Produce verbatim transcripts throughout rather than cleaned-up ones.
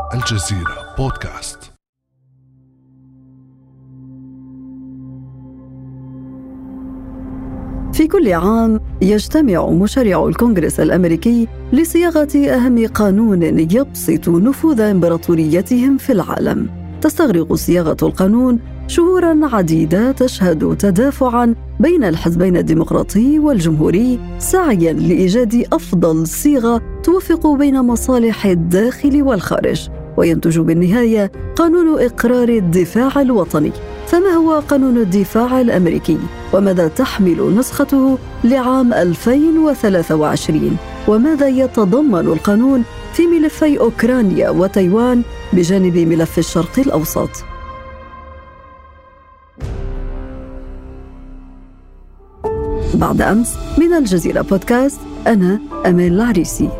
الجزيرة بودكاست. في كل عام يجتمع مشرعو الكونغرس الأمريكي لصياغة أهم قانون يبسط نفوذ إمبراطوريتهم في العالم. تستغرق صياغة القانون شهوراً عديدة تشهد تدافعاً بين الحزبين الديمقراطي والجمهوري سعياً لإيجاد أفضل صيغة توفق بين مصالح الداخل والخارج، وينتج بالنهاية قانون إقرار الدفاع الوطني. فما هو قانون الدفاع الأمريكي؟ وماذا تحمل نسخته لعام ألفين وثلاثة وعشرين؟ وماذا يتضمن القانون في ملفي أوكرانيا وتايوان بجانب ملف الشرق الأوسط؟ بعد أمس من الجزيرة بودكاست، أنا أمال العريسي.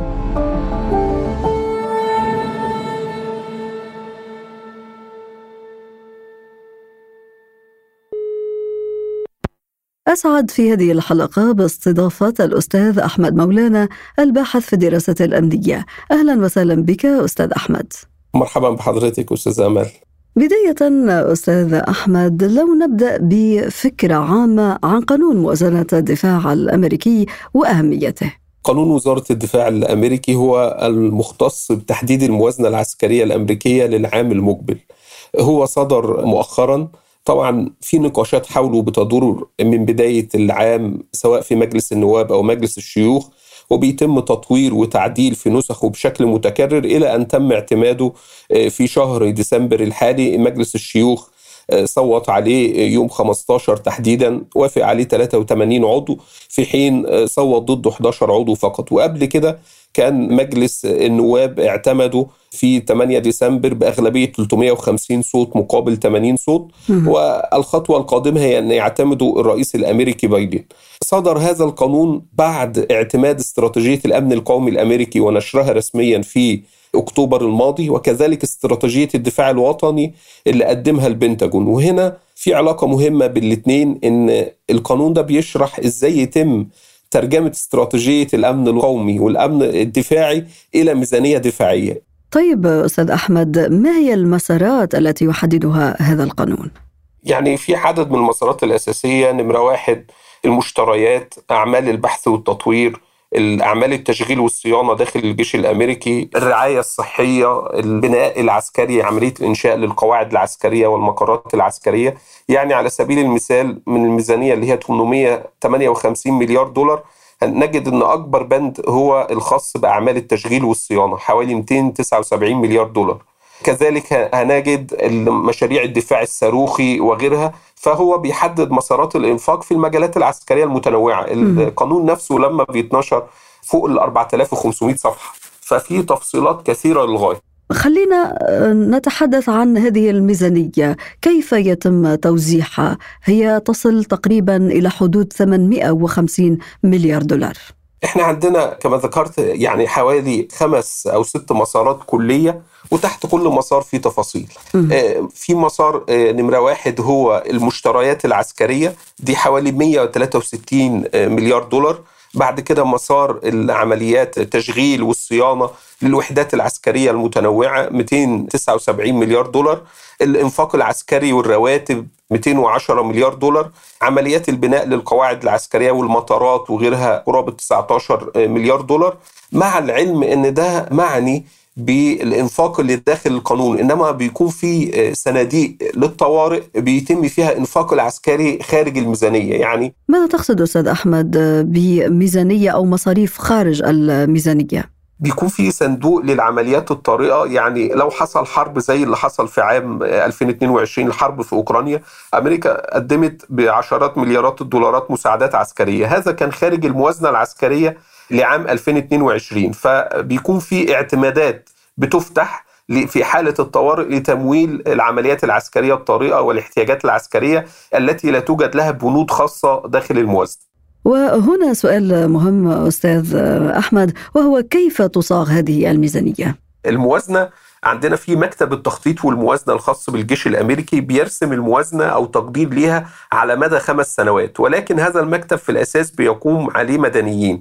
أسعد في هذه الحلقة باستضافة الأستاذ أحمد مولانا، الباحث في الدراسات الأمنية. أهلا وسهلا بك أستاذ أحمد. مرحبا بحضرتك أستاذ أمال. بداية أستاذ أحمد، لو نبدأ بفكرة عامة عن قانون موازنة الدفاع الأمريكي وأهميته. قانون وزارة الدفاع الأمريكي هو المختص بتحديد الموازنة العسكرية الأمريكية للعام المقبل. هو صدر مؤخرا، طبعا في نقاشات حوله بتدور من بداية العام سواء في مجلس النواب أو مجلس الشيوخ، وبيتم تطوير وتعديل في نسخه بشكل متكرر إلى أن تم اعتماده في شهر ديسمبر الحالي. مجلس الشيوخ صوت عليه يوم خمسة عشر تحديدا، وافق عليه ثلاثة وثمانين عضو، في حين صوت ضده أحد عشر عضو فقط. وقبل كده كان مجلس النواب اعتمده في ثمانية ديسمبر بأغلبية ثلاثمائة وخمسين صوت مقابل ثمانين صوت. والخطوة القادمة هي أن يعتمدوا الرئيس الأمريكي بايدن. صدر هذا القانون بعد اعتماد استراتيجية الأمن القومي الأمريكي ونشرها رسميا في أكتوبر الماضي، وكذلك استراتيجية الدفاع الوطني اللي قدمها البنتاجون. وهنا في علاقة مهمة بالاثنين، إن القانون ده بيشرح إزاي يتم ترجمة استراتيجية الأمن القومي والأمن الدفاعي إلى ميزانية دفاعية. طيب أستاذ أحمد، ما هي المسارات التي يحددها هذا القانون؟ يعني في عدد من المسارات الأساسية. نمرة واحد، المشتريات، أعمال البحث والتطوير، الأعمال التشغيل والصيانة داخل الجيش الأمريكي، الرعاية الصحية، البناء العسكري، عملية الإنشاء للقواعد العسكرية والمقرات العسكرية. يعني على سبيل المثال من الميزانية اللي هي ثمانمائة وثمانية وخمسين مليار دولار، نجد أن أكبر بند هو الخاص بأعمال التشغيل والصيانة حوالي مئتين وتسعة وسبعين مليار دولار. كذلك هنجد مشاريع الدفاع الصاروخي وغيرها. فهو بيحدد مسارات الإنفاق في المجالات العسكرية المتنوعة. القانون نفسه لما بيتنشر فوق ال أربعة آلاف وخمسمائة صفحة، ففي تفصيلات كثيرة للغاية. خلينا نتحدث عن هذه الميزانية، كيف يتم توزيعها؟ هي تصل تقريبا إلى حدود ثمانمائة وخمسين مليار دولار. احنا عندنا كما ذكرت يعني حوالي خمس أو ست مسارات كلية، وتحت كل مسار في تفاصيل. في مسار نمرة واحد هو المشتريات العسكرية، دي حوالي مئة وثلاثة وستين مليار دولار. بعد كده مسار العمليات التشغيل والصيانة للوحدات العسكرية المتنوعة مئتين وتسعة وسبعين مليار دولار. الإنفاق العسكري والرواتب مئتين وعشرة مليار دولار. عمليات البناء للقواعد العسكرية والمطارات وغيرها قرابة تسعة عشر مليار دولار. مع العلم أن ده معني بالإنفاق اللي داخل القانون، إنما بيكون في صناديق للطوارئ بيتم فيها إنفاق العسكري خارج الميزانية. يعني ماذا تقصد أستاذ أحمد بميزانية أو مصاريف خارج الميزانية؟ بيكون في صندوق للعمليات الطارئة. يعني لو حصل حرب زي اللي حصل في عام ألفين واثنين وعشرين، الحرب في أوكرانيا، أمريكا قدمت بعشرات مليارات الدولارات مساعدات عسكرية. هذا كان خارج الموازنة العسكرية لعام ألفين واثنين وعشرين. فبيكون في اعتمادات بتفتح في حالة الطوارئ لتمويل العمليات العسكرية الطارئة والاحتياجات العسكرية التي لا توجد لها بنود خاصة داخل الموازنة. وهنا سؤال مهم أستاذ أحمد، وهو كيف تصاغ هذه الميزانية؟ الموازنة عندنا في مكتب التخطيط والموازنة الخاص بالجيش الأمريكي، بيرسم الموازنة أو تقدير ليها على مدى خمس سنوات، ولكن هذا المكتب في الأساس بيقوم عليه مدنيين.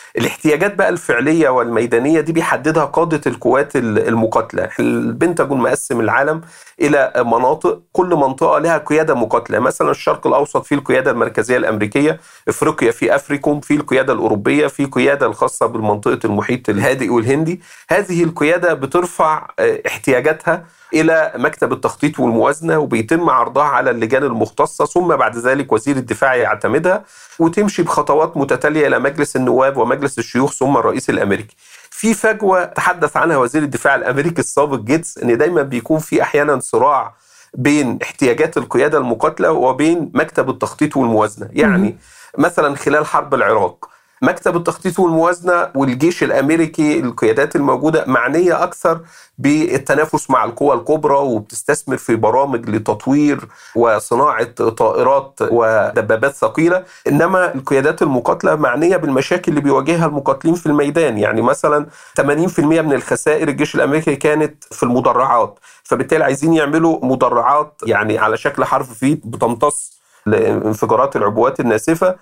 الاحتياجات بقى الفعلية والميدانية دي بيحددها قادة القوات المقاتلة. البنتاجون مقسم العالم إلى مناطق، كل منطقة لها قيادة مقاتلة. مثلا الشرق الأوسط فيه القيادة المركزية الأمريكية، إفريقيا في أفريكوم فيه القيادة الأوروبية، في قيادة الخاصة بالمنطقة المحيط الهادئ والهندي. هذه القيادة بترفع احتياجاتها إلى مكتب التخطيط والموازنة، وبيتم عرضها على اللجان المختصة، ثم بعد ذلك وزير الدفاع يعتمدها، وتمشي بخطوات متتالية إلى مجلس النواب ومجلس الشيوخ ثم الرئيس الأمريكي. في فجوة تحدث عنها وزير الدفاع الأمريكي السابق جيتس، إن دايما بيكون في أحيانا صراع بين احتياجات القيادة المقاتلة وبين مكتب التخطيط والموازنة. يعني مثلا خلال حرب العراق مكتب التخطيط والموازنة والجيش الأمريكي القيادات الموجودة معنية أكثر بالتنافس مع القوى الكبرى، وبتستثمر في برامج لتطوير وصناعة طائرات ودبابات ثقيلة، إنما القيادات المقاتلة معنية بالمشاكل اللي بيواجهها المقاتلين في الميدان. يعني مثلا ثمانين بالمئة من الخسائر الجيش الأمريكي كانت في المدرعات، فبالتالي عايزين يعملوا مدرعات يعني على شكل حرف في بتمتص لانفجارات العبوات الناسفة،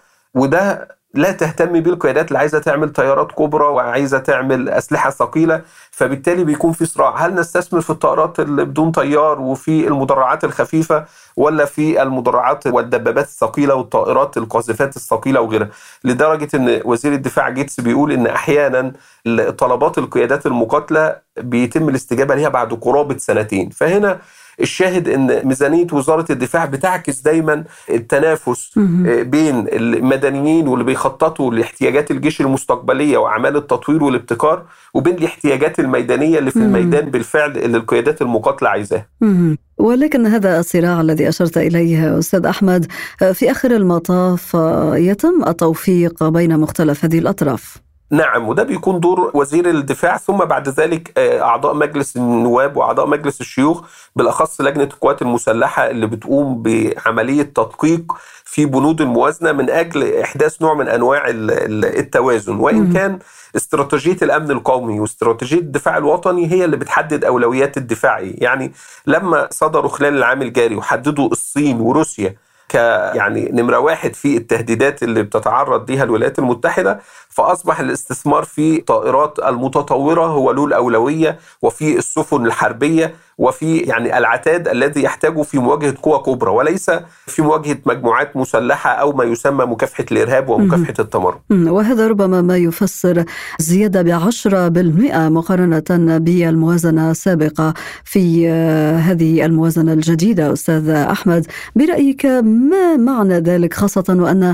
وده لا تهتم به القيادات اللي عايزة تعمل طيارات كبرى وعايزة تعمل أسلحة ثقيلة. فبالتالي بيكون في صراع، هل نستثمر في الطائرات اللي بدون طيار وفي المدرعات الخفيفة، ولا في المدرعات والدبابات الثقيلة والطائرات القاذفات الثقيلة وغيرها. لدرجة أن وزير الدفاع جيتس بيقول أن أحيانا طلبات القيادات المقاتلة بيتم الاستجابة لها بعد قرابة سنتين. فهنا الشاهد ان ميزانية وزارة الدفاع بتعكس دايما التنافس بين المدنيين واللي بيخططوا لاحتياجات الجيش المستقبلية وأعمال التطوير والابتكار، وبين الاحتياجات الميدانية اللي في الميدان بالفعل اللي القيادات المقاتلة عايزاها. ولكن هذا الصراع الذي أشرت إليه أستاذ أحمد في آخر المطاف يتم التوفيق بين مختلف هذه الأطراف. نعم، وده بيكون دور وزير الدفاع، ثم بعد ذلك أعضاء مجلس النواب وأعضاء مجلس الشيوخ، بالأخص لجنة القوات المسلحة اللي بتقوم بعملية تدقيق في بنود الموازنة من أجل إحداث نوع من أنواع التوازن. وإن كان استراتيجية الأمن القومي واستراتيجية الدفاع الوطني هي اللي بتحدد أولويات الدفاع. يعني لما صدروا خلال العام الجاري وحددوا الصين وروسيا ك يعني نمرة واحد في التهديدات اللي بتتعرض لها الولايات المتحدة، فأصبح الاستثمار في طائرات المتطورة هو له الأولوية، وفي السفن الحربية، وفي يعني العتاد الذي يحتاجه في مواجهة قوى كبرى، وليس في مواجهة مجموعات مسلحة أو ما يسمى مكافحة الإرهاب ومكافحة التمرد. وهذا ربما ما يفسر زيادة بعشرة بالمئة مقارنة بالموازنة السابقة. في هذه الموازنة الجديدة أستاذ أحمد، برأيك ما معنى ذلك، خاصة وأن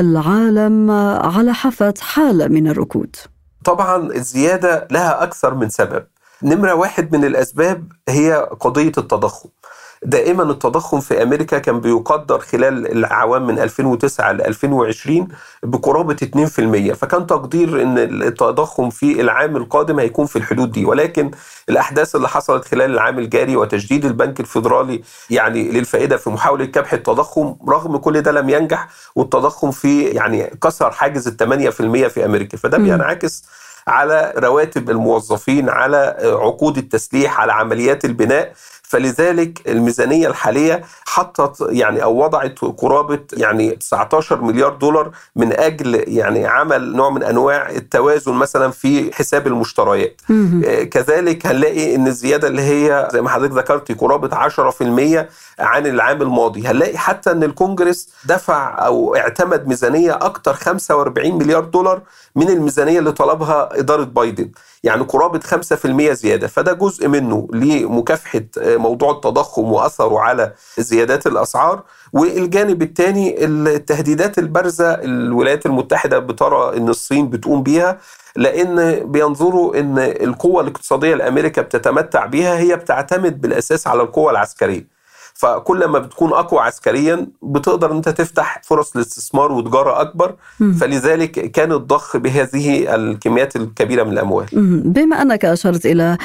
العالم على حافة حالة من الركود؟ طبعا الزيادة لها أكثر من سبب. نمرة واحد من الأسباب هي قضية التضخم. دائما التضخم في أمريكا كان بيقدر خلال العوام من ألفين وتسعة ل ألفين وعشرين بقرابة اثنين بالمئة، فكان تقدير أن التضخم في العام القادم هيكون في الحدود دي. ولكن الأحداث اللي حصلت خلال العام الجاري وتجديد البنك الفيدرالي يعني للفائدة في محاولة كبح التضخم، رغم كل ده لم ينجح، والتضخم في يعني كسر حاجز الثمانية بالمئة في أمريكا. فده بينعكس على رواتب الموظفين، على عقود التسليح، على عمليات البناء. فلذلك الميزانية الحالية حطت يعني أو وضعت قرابة يعني تسعة عشر مليار دولار من أجل يعني عمل نوع من أنواع التوازن مثلا في حساب المشتريات. آه كذلك هنلاقي أن الزيادة اللي هي زي ما حضرتك ذكرتي قرابة عشرة بالمئة عن العام الماضي. هنلاقي حتى أن الكونجرس دفع أو اعتمد ميزانية أكتر خمسة وأربعين مليار دولار من الميزانية اللي طلبها إدارة بايدن، يعني قرابة خمسة بالمئة زيادة. فده جزء منه لمكافحة موضوع التضخم وأثره على زيادات الأسعار. والجانب الثاني التهديدات البارزة الولايات المتحدة بترى أن الصين بتقوم بيها، لأن بينظروا أن القوة الاقتصادية الأمريكا بتتمتع بها هي بتعتمد بالأساس على القوة العسكرية. فكل ما بتكون أقوى عسكريا بتقدر أنت تفتح فرص للاستثمار وتجارة أكبر. م. فلذلك كان الضخ بهذه الكميات الكبيرة من الأموال. بما أنك أشرت إلى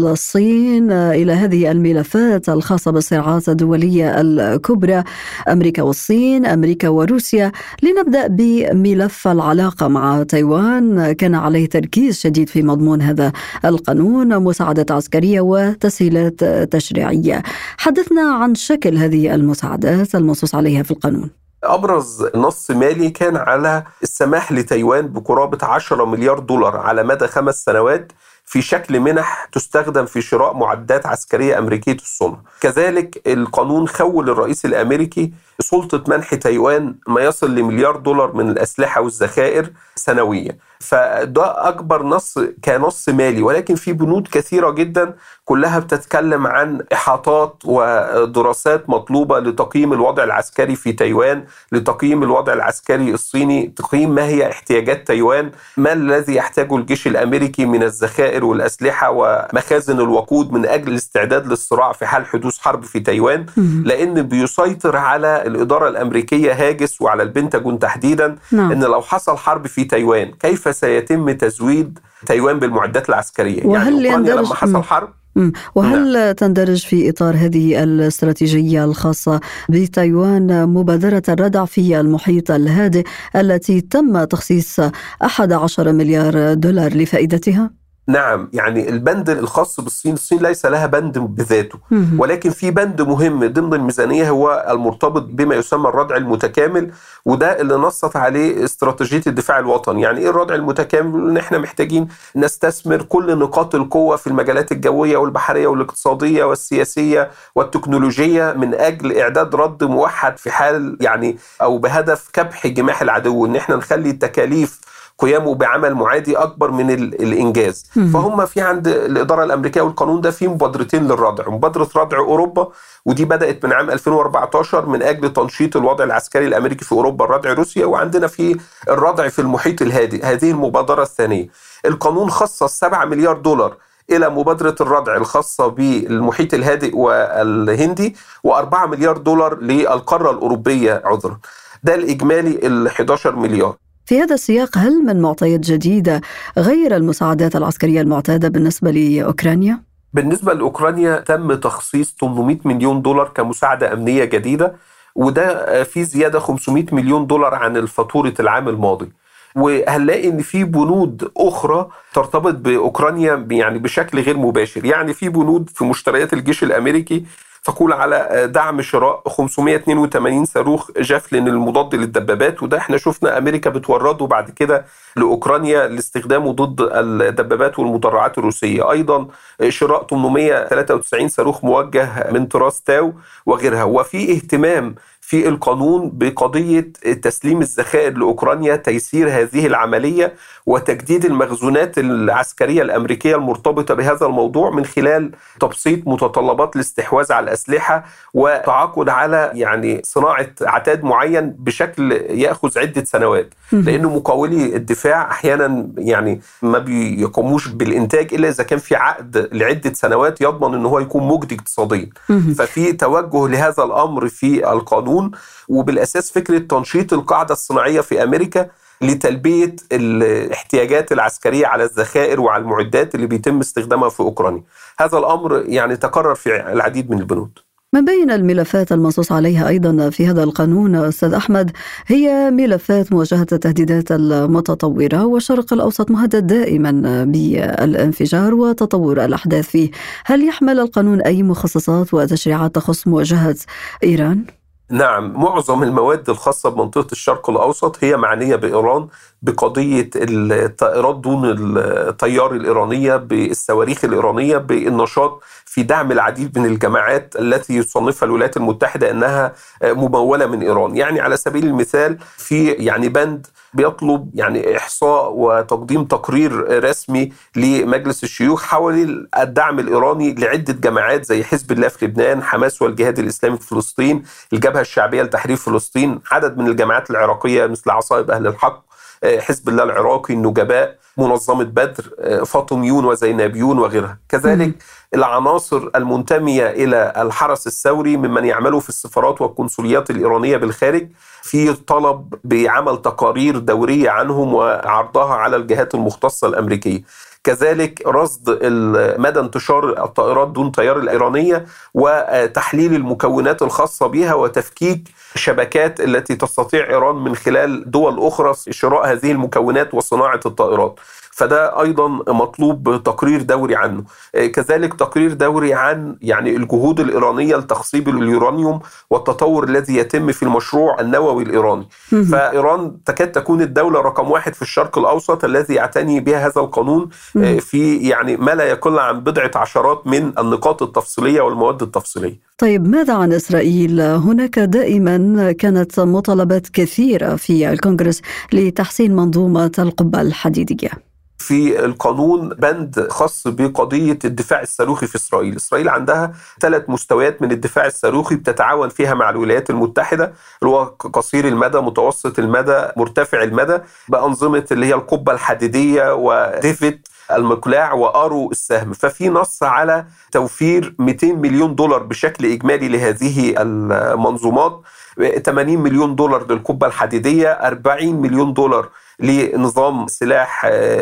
الصين، إلى هذه الملفات الخاصة بالصراعات الدولية الكبرى، أمريكا والصين، أمريكا وروسيا، لنبدأ بملف العلاقة مع تايوان. كان عليه تركيز شديد في مضمون هذا القانون، مساعدات عسكرية وتسهيلات تشريعية. حدثنا عن شكل هذه المساعدات المنصوص عليها في القانون. أبرز نص مالي كان على السماح لتايوان بقرابة عشرة مليار دولار على مدى خمس سنوات في شكل منح تستخدم في شراء معدات عسكرية أمريكية الصنع. كذلك القانون خول الرئيس الأمريكي سلطة منح تايوان ما يصل لمليار دولار من الأسلحة والذخائر سنويا. فده أكبر نص كنص مالي، ولكن في بنود كثيرة جدا كلها بتتكلم عن إحاطات ودراسات مطلوبة لتقييم الوضع العسكري في تايوان، لتقييم الوضع العسكري الصيني، تقييم ما هي احتياجات تايوان، ما الذي يحتاجه الجيش الأمريكي من الذخائر والأسلحة ومخازن الوقود من أجل الاستعداد للصراع في حال حدوث حرب في تايوان. لأن بيسيطر على الإدارة الأمريكية هاجس وعلى البنتاجون تحديدا نعم. إن لو حصل حرب في تايوان كيف سيتم تزويد تايوان بالمعدات العسكرية؟ وهل يعني أوكرانيا لما حصل حرب وهل نعم. تندرج في إطار هذه الاستراتيجية الخاصة بتايوان مبادرة الردع في المحيط الهادئ التي تم تخصيص أحد عشر مليار دولار لفائدتها؟ نعم، يعني البند الخاص بالصين، الصين ليس لها بند بذاته، ولكن في بند مهم ضمن الميزانية هو المرتبط بما يسمى الردع المتكامل، وده اللي نصت عليه استراتيجية الدفاع الوطني. يعني إيه الردع المتكامل؟ إن إحنا محتاجين نستثمر كل نقاط القوة في المجالات الجوية والبحرية والاقتصادية والسياسية والتكنولوجية من أجل إعداد رد موحد في حال يعني أو بهدف كبح جماح العدو، إن إحنا نخلي التكاليف قيامه بعمل معادي أكبر من الإنجاز. فهم في عند الإدارة الأمريكية والقانون ده في مبادرتين للردع، مبادرة ردع أوروبا ودي بدأت من عام ألفين وأربعة عشر من أجل تنشيط الوضع العسكري الأمريكي في أوروبا، الردع روسيا، وعندنا في الردع في المحيط الهادئ. هذه المبادرة الثانية. القانون خصص سبعة مليار دولار إلى مبادرة الردع الخاصة بالمحيط الهادئ والهندي، وأربعة مليار دولار للقارة الأوروبية عذرا. ده الإجمالي ال إحدى عشر مليار. في هذا السياق هل من معطيات جديدة غير المساعدات العسكرية المعتادة بالنسبة لأوكرانيا؟ بالنسبة لأوكرانيا تم تخصيص ثمانمائة مليون دولار كمساعدة أمنية جديدة، وده في زيادة خمسمائة مليون دولار عن الفاتورة العام الماضي. وهنلاقي ان في بنود اخرى ترتبط باوكرانيا يعني بشكل غير مباشر. يعني في بنود في مشتريات الجيش الامريكي تقول على دعم شراء خمسمائة واثنين وثمانين صاروخ جافلين المضاد للدبابات، وده احنا شفنا امريكا بتورده بعد كده لاوكرانيا لاستخدامه ضد الدبابات والمدرعات الروسيه. ايضا شراء ثمانمائة وثلاثة وتسعين صاروخ موجه من طراز تاو وغيرها. وفي اهتمام في القانون بقضية تسليم الذخائر لأوكرانيا، تيسير هذه العملية وتجديد المخزونات العسكرية الأمريكية المرتبطة بهذا الموضوع من خلال تبسيط متطلبات الاستحواذ على الأسلحة وتعاقد على يعني صناعة عتاد معين بشكل يأخذ عدة سنوات، لأنه مقاولي الدفاع أحيانا يعني ما بيقوموش بالإنتاج إلا إذا كان في عقد لعدة سنوات يضمن أنه هو يكون مجدي اقتصاديا. ففي توجه لهذا الأمر في القانون، وبالأساس فكرة تنشيط القاعدة الصناعية في أمريكا لتلبية الاحتياجات العسكرية على الذخائر وعلى المعدات اللي بيتم استخدامها في أوكرانيا. هذا الأمر يعني تكرر في العديد من البنود. من بين الملفات المنصوص عليها أيضا في هذا القانون أستاذ أحمد هي ملفات مواجهة التهديدات المتطورة، والشرق الأوسط مهدد دائما بالانفجار وتطور الأحداث فيه. هل يحمل القانون أي مخصصات وتشريعات تخص مواجهة إيران؟ نعم، معظم المواد الخاصة بمنطقة الشرق الأوسط هي معنية بإيران، بقضية الطائرات دون الطيار الإيرانية، بالصواريخ الإيرانية، بالنشاط في دعم العديد من الجماعات التي يصنفها الولايات المتحدة أنها ممولة من إيران. يعني على سبيل المثال في يعني بند بيطلب يعني إحصاء وتقديم تقرير رسمي لمجلس الشيوخ حول الدعم الإيراني لعدة جماعات زي حزب الله في لبنان، حماس والجهاد الإسلامي في فلسطين، الجبهة الشعبية لتحرير فلسطين، عدد من الجماعات العراقية مثل عصائب أهل الحق، حزب الله العراقي، النجباء، منظمة بدر، فاطميون وزينابيون وغيرها. كذلك العناصر المنتمية إلى الحرس الثوري ممن يعملوا في السفارات والقنصليات الإيرانية بالخارج، في طلب بعمل تقارير دورية عنهم وعرضها على الجهات المختصة الأمريكية. كذلك رصد مدى انتشار الطائرات دون طيار الإيرانية وتحليل المكونات الخاصة بها وتفكيك شبكات التي تستطيع إيران من خلال دول أخرى شراء هذه المكونات وصناعة الطائرات. فده أيضا مطلوب تقرير دوري عنه. كذلك تقرير دوري عن يعني الجهود الإيرانية لتخصيب اليورانيوم والتطور الذي يتم في المشروع النووي الإيراني. فإيران تكاد تكون الدولة رقم واحد في الشرق الأوسط الذي يعتني بها هذا القانون في يعني ما لا يقل عن بضعة عشرات من النقاط التفصيلية والمواد التفصيلية. طيب ماذا عن إسرائيل؟ هناك دائما كانت مطالبات كثيرة في الكونغرس لتحسين منظومة القبة الحديدية. في القانون بند خاص بقضية الدفاع الصاروخي في إسرائيل. إسرائيل عندها ثلاث مستويات من الدفاع الصاروخي بتتعاون فيها مع الولايات المتحدة، اللي هو قصير المدى، متوسط المدى، مرتفع المدى، بأنظمة اللي هي القبة الحديدية وديفيد المقلاع وآرو السهم. ففي نص على توفير مئتين مليون دولار بشكل إجمالي لهذه المنظومات، ثمانين مليون دولار للقبة الحديدية، أربعين مليون دولار لنظام سلاح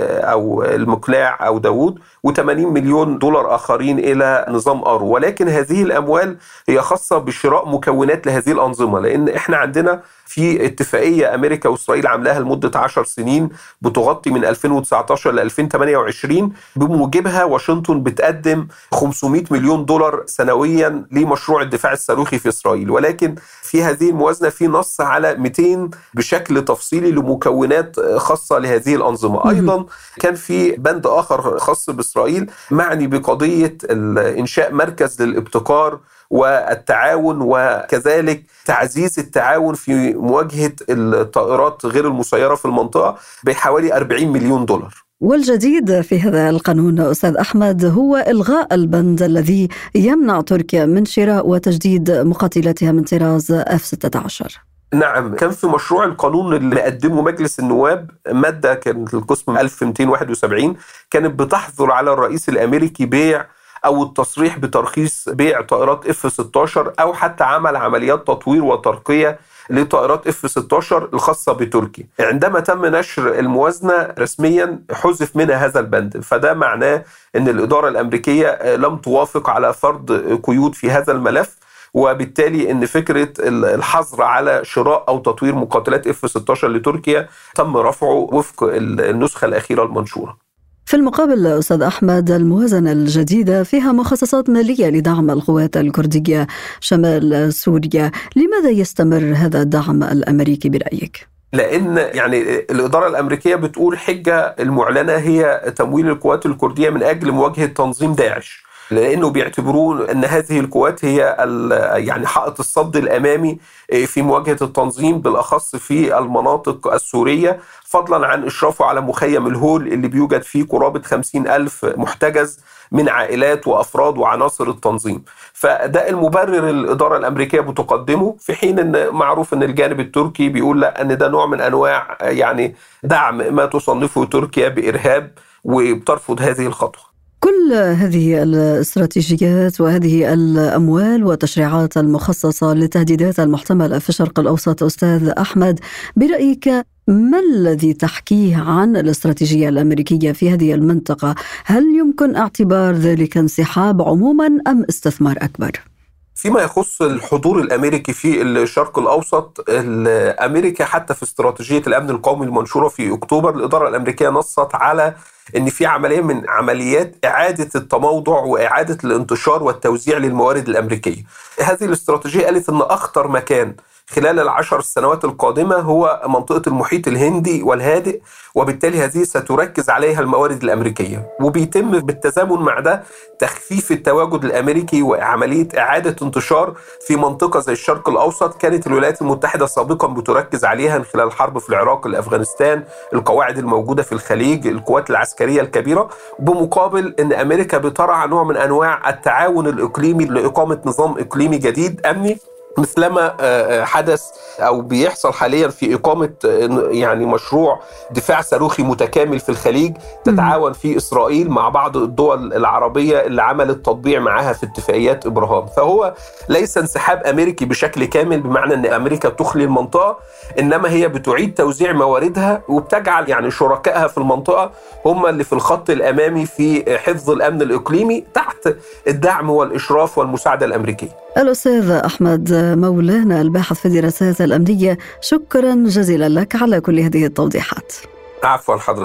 أو المقلاع أو داوود، وثمانين مليون دولار آخرين إلى نظام آرو. ولكن هذه الأموال هي خاصة بشراء مكونات لهذه الأنظمة، لأن إحنا عندنا في اتفاقية أمريكا وإسرائيل عملها لمدة عشر سنين بتغطي من ألفين وتسعة عشر ل ألفين وثمانية وعشرين، بموجبها واشنطن بتقدم خمسمئة مليون دولار سنويا لمشروع الدفاع الصاروخي في إسرائيل. ولكن في هذه الموازنة في نص على مئتين بشكل تفصيلي لمكونات خاصة لهذه الأنظمة. أيضا كان في بند آخر خاص بإسرائيل معني بقضية إنشاء مركز للابتكار والتعاون، وكذلك تعزيز التعاون في مواجهة الطائرات غير المسيرة في المنطقة بحوالي أربعين مليون دولار. والجديد في هذا القانون أستاذ أحمد هو إلغاء البند الذي يمنع تركيا من شراء وتجديد مقاتلاتها من طراز إف ستة عشر. نعم، كان في مشروع القانون اللي قدمه مجلس النواب مادة كانت القسم ألف ومئتين وواحد وسبعين كانت بتحظر على الرئيس الأمريكي بيع أو التصريح بترخيص بيع طائرات إف ستة عشر أو حتى عمل عمليات تطوير وترقية لطائرات إف ستة عشر الخاصة بتركيا. عندما تم نشر الموازنة رسميا حذف منها هذا البند، فده معناه أن الإدارة الأمريكية لم توافق على فرض قيود في هذا الملف، وبالتالي أن فكرة الحظر على شراء أو تطوير مقاتلات إف ستة عشر لتركيا تم رفعه وفق النسخة الأخيرة المنشورة. في المقابل أستاذ أحمد، الموازنة الجديدة فيها مخصصات مالية لدعم القوات الكردية شمال سوريا. لماذا يستمر هذا الدعم الأمريكي برأيك؟ لأن يعني الإدارة الأمريكية بتقول حجة المعلنة هي تمويل القوات الكردية من أجل مواجهة تنظيم داعش، لأنه بيعتبرون أن هذه القوات هي يعني حائط الصد الأمامي في مواجهة التنظيم، بالأخص في المناطق السورية، فضلا عن إشرافه على مخيم الهول اللي بيوجد فيه قرابة خمسين ألف محتجز من عائلات وأفراد وعناصر التنظيم. فده المبرر الإدارة الأمريكية بتقدمه، في حين أن معروف أن الجانب التركي بيقول لا، أن ده نوع من أنواع يعني دعم ما تصنفه تركيا بإرهاب، وبترفض هذه الخطوة. كل هذه الاستراتيجيات وهذه الأموال والتشريعات المخصصة للتهديدات المحتملة في الشرق الأوسط أستاذ أحمد، برأيك ما الذي تحكيه عن الاستراتيجية الأمريكية في هذه المنطقة؟ هل يمكن اعتبار ذلك انسحاب عموما أم استثمار أكبر؟ فيما يخص الحضور الأمريكي في الشرق الأوسط، أمريكا حتى في استراتيجية الأمن القومي المنشورة في أكتوبر الإدارة الأمريكية نصت على أن في عملية من عمليات إعادة التموضع وإعادة الانتشار والتوزيع للموارد الأمريكية. هذه الاستراتيجية قالت أن أخطر مكان خلال العشر السنوات القادمة هو منطقة المحيط الهندي والهادئ، وبالتالي هذه ستركز عليها الموارد الأمريكية، وبيتم بالتزامن مع ده تخفيف التواجد الأمريكي وعملية إعادة انتشار في منطقة زي الشرق الأوسط كانت الولايات المتحدة سابقا بتركز عليها من خلال الحرب في العراق، الأفغانستان، القواعد الموجودة في الخليج، القوات العسكرية الكبيرة، بمقابل أن أمريكا بترعى نوع من أنواع التعاون الإقليمي لإقامة نظام إقليمي جديد أمني، مثلما حدث أو بيحصل حاليا في إقامة يعني مشروع دفاع صاروخي متكامل في الخليج تتعاون فيه إسرائيل مع بعض الدول العربية اللي عملت تطبيع معها في اتفاقيات إبراهام. فهو ليس انسحاب أمريكي بشكل كامل بمعنى أن أمريكا تخلي المنطقة، إنما هي بتعيد توزيع مواردها وبتجعل يعني شركائها في المنطقة هم اللي في الخط الأمامي في حفظ الأمن الإقليمي تحت الدعم والإشراف والمساعدة الأمريكية. الأستاذ أحمد مولانا الباحث في الدراسات الأمنية، شكرا جزيلا لك على كل هذه التوضيحات. عفوا حضرتك.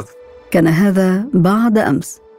كان هذا بعد أمس.